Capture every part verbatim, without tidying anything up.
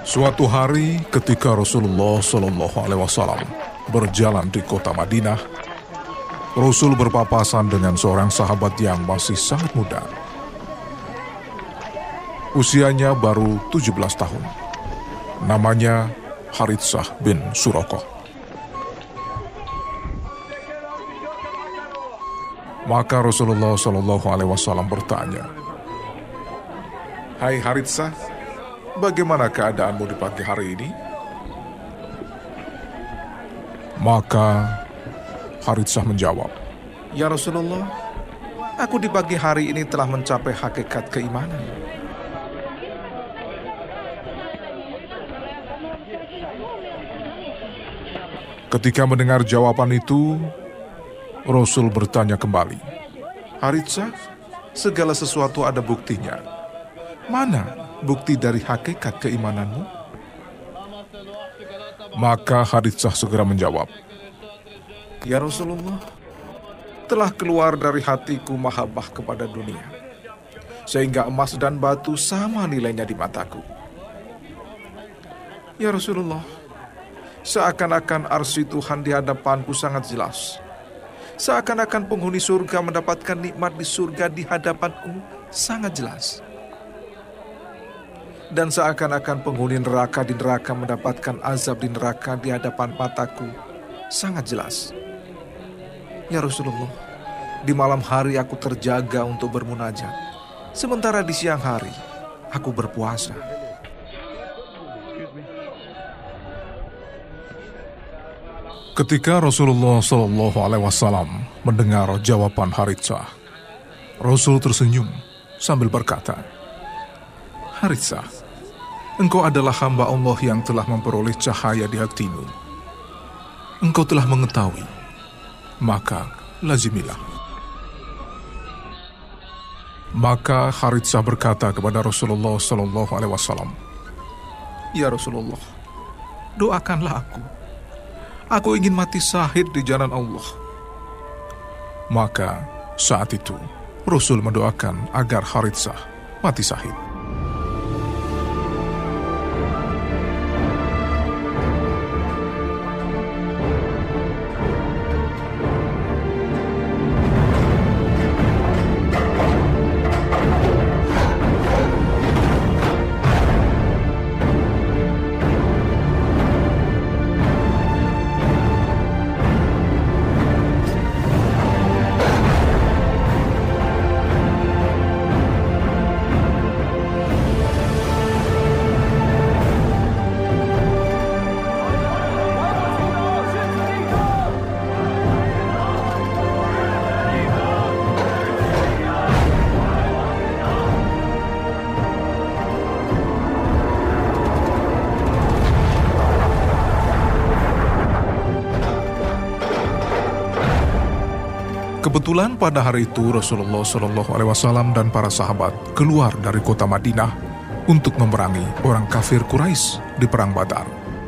Suatu hari ketika Rasulullah Shallallahu Alaihi Wasallam berjalan di kota Madinah, Rasul berpapasan dengan seorang sahabat yang masih sangat muda. Usianya baru tujuh belas tahun. Namanya Haritsah bin Suraqah. Maka Rasulullah Shallallahu Alaihi Wasallam bertanya, "Hai Haritsah, bagaimana keadaanmu di pagi hari ini?" Maka Haritsah menjawab, "Ya Rasulullah, aku di pagi hari ini telah mencapai hakikat keimanan." Ketika mendengar jawaban itu, Rasul bertanya kembali, "Haritsah, segala sesuatu ada buktinya. Mana bukti dari hakikat keimananmu?" Maka Haritsah segera menjawab, "Ya Rasulullah, telah keluar dari hatiku mahabbah kepada dunia, sehingga emas dan batu sama nilainya di mataku. Ya Rasulullah, seakan-akan arsy Tuhan di hadapanku sangat jelas. Seakan-akan penghuni surga mendapatkan nikmat di surga di hadapanku sangat jelas. Dan seakan-akan penghuni neraka di neraka mendapatkan azab di neraka di hadapan mataku sangat jelas. Ya Rasulullah, di malam hari aku terjaga untuk bermunajat, sementara di siang hari aku berpuasa." Ketika Rasulullah Shallallahu Alaihi Wasallam mendengar jawaban Haritsah, Rasul tersenyum sambil berkata, "Haritsah, engkau adalah hamba Allah yang telah memperoleh cahaya di hatimu. Engkau telah mengetahui, maka lazimilah." Maka Haritsah berkata kepada Rasulullah Shallallahu Alaihi Wasallam, "Ya Rasulullah, doakanlah aku. Aku ingin mati syahid di jalan Allah." Maka saat itu Rasul mendoakan agar Haritsah mati syahid. Kebetulan pada hari itu Rasulullah Shallallahu Alaihi Wasallam dan para sahabat keluar dari kota Madinah untuk memerangi orang kafir Quraisy di perang Badar.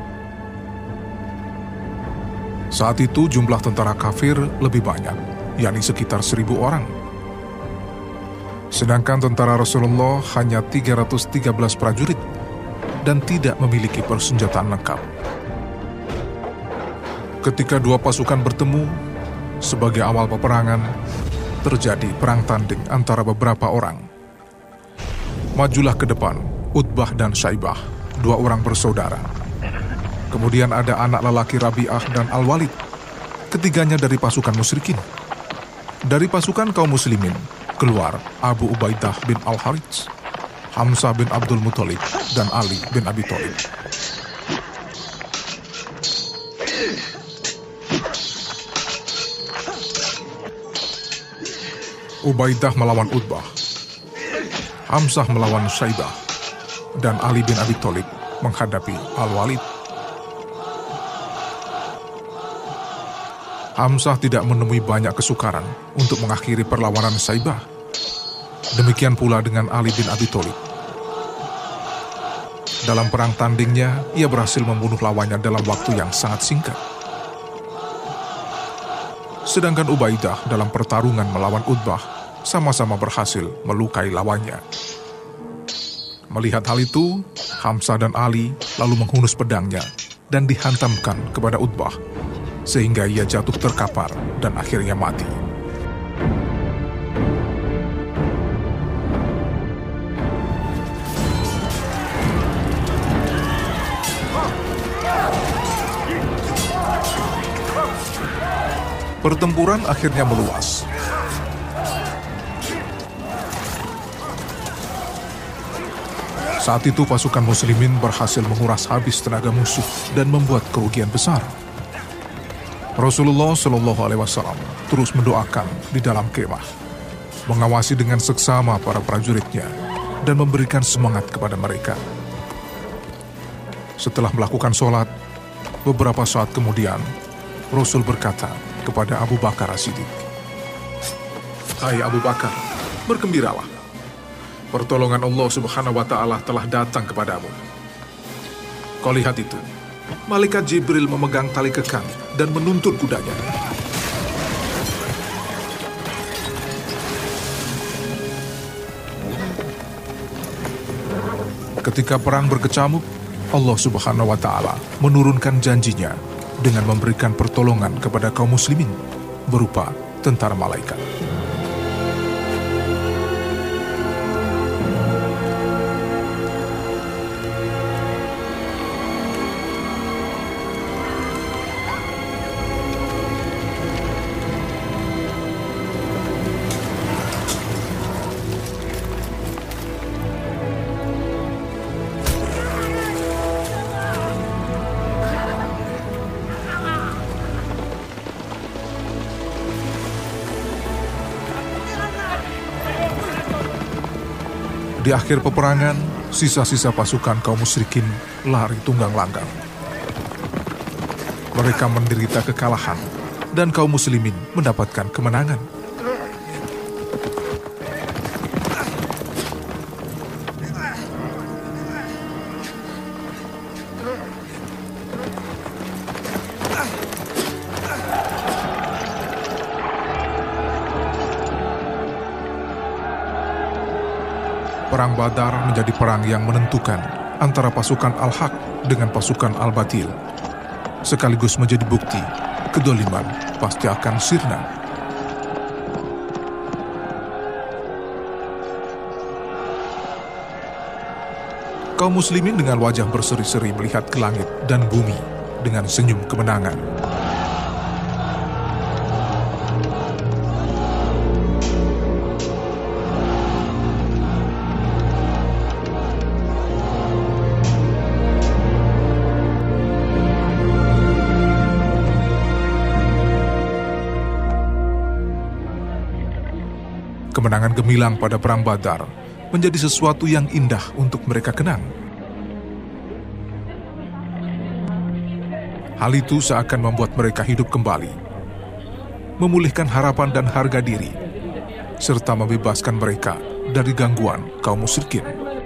Saat itu jumlah tentara kafir lebih banyak, yakni sekitar seribu orang. Sedangkan tentara Rasulullah hanya tiga ratus tiga belas prajurit dan tidak memiliki persenjataan lengkap. Ketika dua pasukan bertemu, sebagai awal peperangan, terjadi perang tanding antara beberapa orang. Majulah ke depan Utbah dan Syaibah, dua orang bersaudara. Kemudian ada anak lelaki Rabi'ah dan Al-Walid, ketiganya dari pasukan musyrikin. Dari pasukan kaum muslimin, keluar Abu Ubaidah bin Al-Harits, Hamzah bin Abdul Muthalib, dan Ali bin Abi Thalib. Ubaidah melawan Utbah, Hamzah melawan Syaibah, dan Ali bin Abi Thalib menghadapi Al-Walid. Hamzah tidak menemui banyak kesukaran untuk mengakhiri perlawanan Syaibah. Demikian pula dengan Ali bin Abi Thalib. Dalam perang tandingnya, ia berhasil membunuh lawannya dalam waktu yang sangat singkat. Sedangkan Ubaidah dalam pertarungan melawan Utbah sama-sama berhasil melukai lawannya. Melihat hal itu, Hamzah dan Ali lalu menghunus pedangnya dan dihantamkan kepada Utbah, sehingga ia jatuh terkapar dan akhirnya mati. Pertempuran akhirnya meluas. Saat itu pasukan muslimin berhasil menguras habis tenaga musuh dan membuat kerugian besar. Rasulullah Shallallahu Alaihi Wasallam terus mendoakan di dalam kemah, mengawasi dengan seksama para prajuritnya dan memberikan semangat kepada mereka. Setelah melakukan sholat, beberapa saat kemudian Rasul berkata kepada Abu Bakar As-Siddiq, "Hai Abu Bakar, bergembiralah. Pertolongan Allah Subhanahu wa Ta'ala telah datang kepadamu. Kau lihat itu, malaikat Jibril memegang tali kekang dan menuntun kudanya." Ketika perang berkecamuk, Allah Subhanahu wa Ta'ala menurunkan janjinya dengan memberikan pertolongan kepada kaum muslimin berupa tentara malaikat. Di akhir peperangan, sisa-sisa pasukan kaum musyrikin lari tunggang langgang. Mereka menderita kekalahan, dan kaum muslimin mendapatkan kemenangan. Perang Badar menjadi perang yang menentukan antara pasukan Al-Haq dengan pasukan Al-Batil, sekaligus menjadi bukti kedoliman pasti akan sirna. Kaum muslimin dengan wajah berseri-seri melihat ke langit dan bumi dengan senyum kemenangan. Kemenangan gemilang pada Perang Badar menjadi sesuatu yang indah untuk mereka kenang. Hal itu seakan membuat mereka hidup kembali, memulihkan harapan dan harga diri, serta membebaskan mereka dari gangguan kaum musyrikin.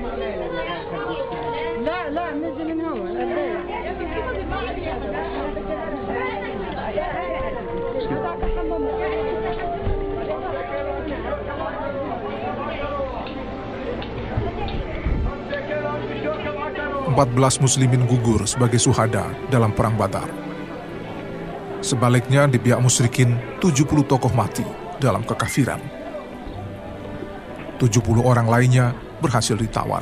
empat belas muslimin gugur sebagai syuhada dalam Perang Badar. Sebaliknya di pihak musyrikin, tujuh puluh tokoh mati dalam kekafiran. tujuh puluh orang lainnya berhasil ditawan.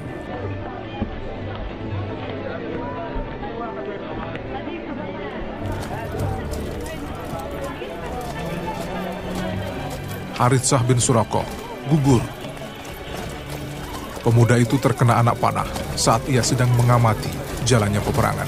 Haritsah bin Surakoh gugur. Pemuda itu terkena anak panah saat ia sedang mengamati jalannya peperangan.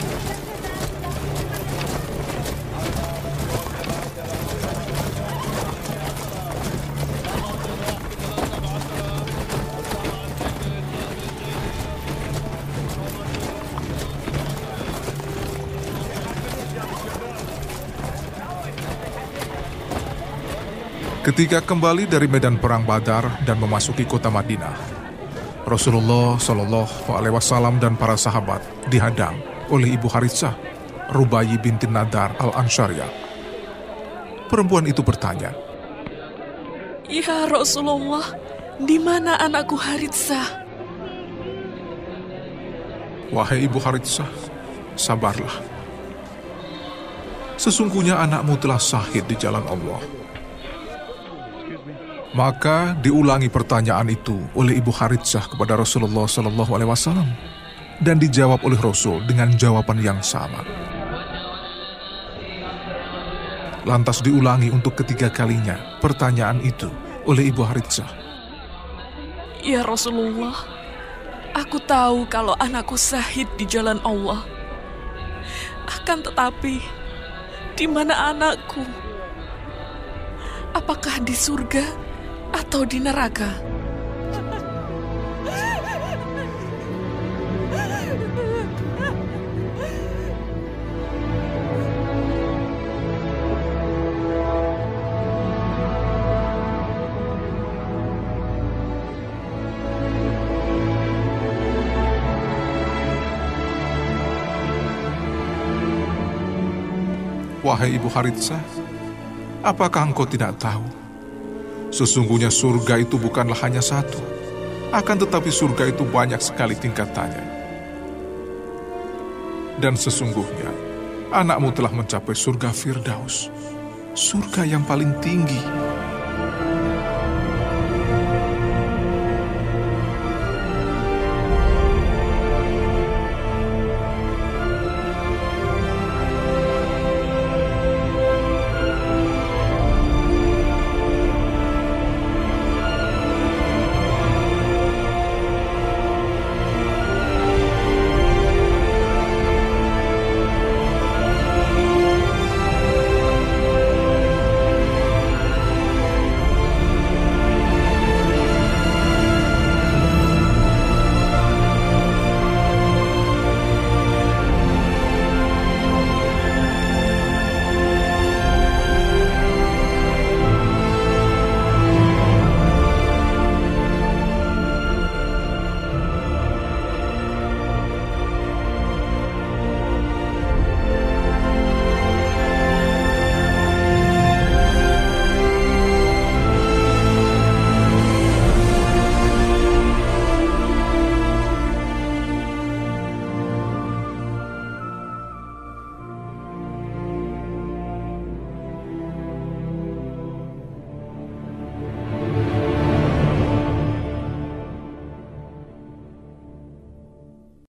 Ketika kembali dari medan perang Badar dan memasuki kota Madinah, Rasulullah Shallallahu Alaihi Wasallam dan para sahabat dihadang oleh ibu Haritsah, Rubayyi binti Nadar al-Ansyariyah. Perempuan itu bertanya, "Ya Rasulullah, di mana anakku Haritsah?" Wahai Ibu Haritsah, sabarlah. Sesungguhnya anakmu telah syahid di jalan Allah. Maka diulangi pertanyaan itu oleh Ibu Haritsah kepada Rasulullah Shallallahu Alaihi Wasallam dan dijawab oleh Rasul dengan jawaban yang sama. Lantas diulangi untuk ketiga kalinya pertanyaan itu oleh Ibu Haritsah. Ya Rasulullah, aku tahu kalau anakku syahid di jalan Allah. Akan tetapi, di mana anakku? Apakah di surga atau di neraka? Wahai Ibu Haritsah, apakah engkau tidak tahu? Sesungguhnya surga itu bukanlah hanya satu, akan tetapi surga itu banyak sekali tingkatannya. Dan sesungguhnya, anakmu telah mencapai surga Firdaus, surga yang paling tinggi.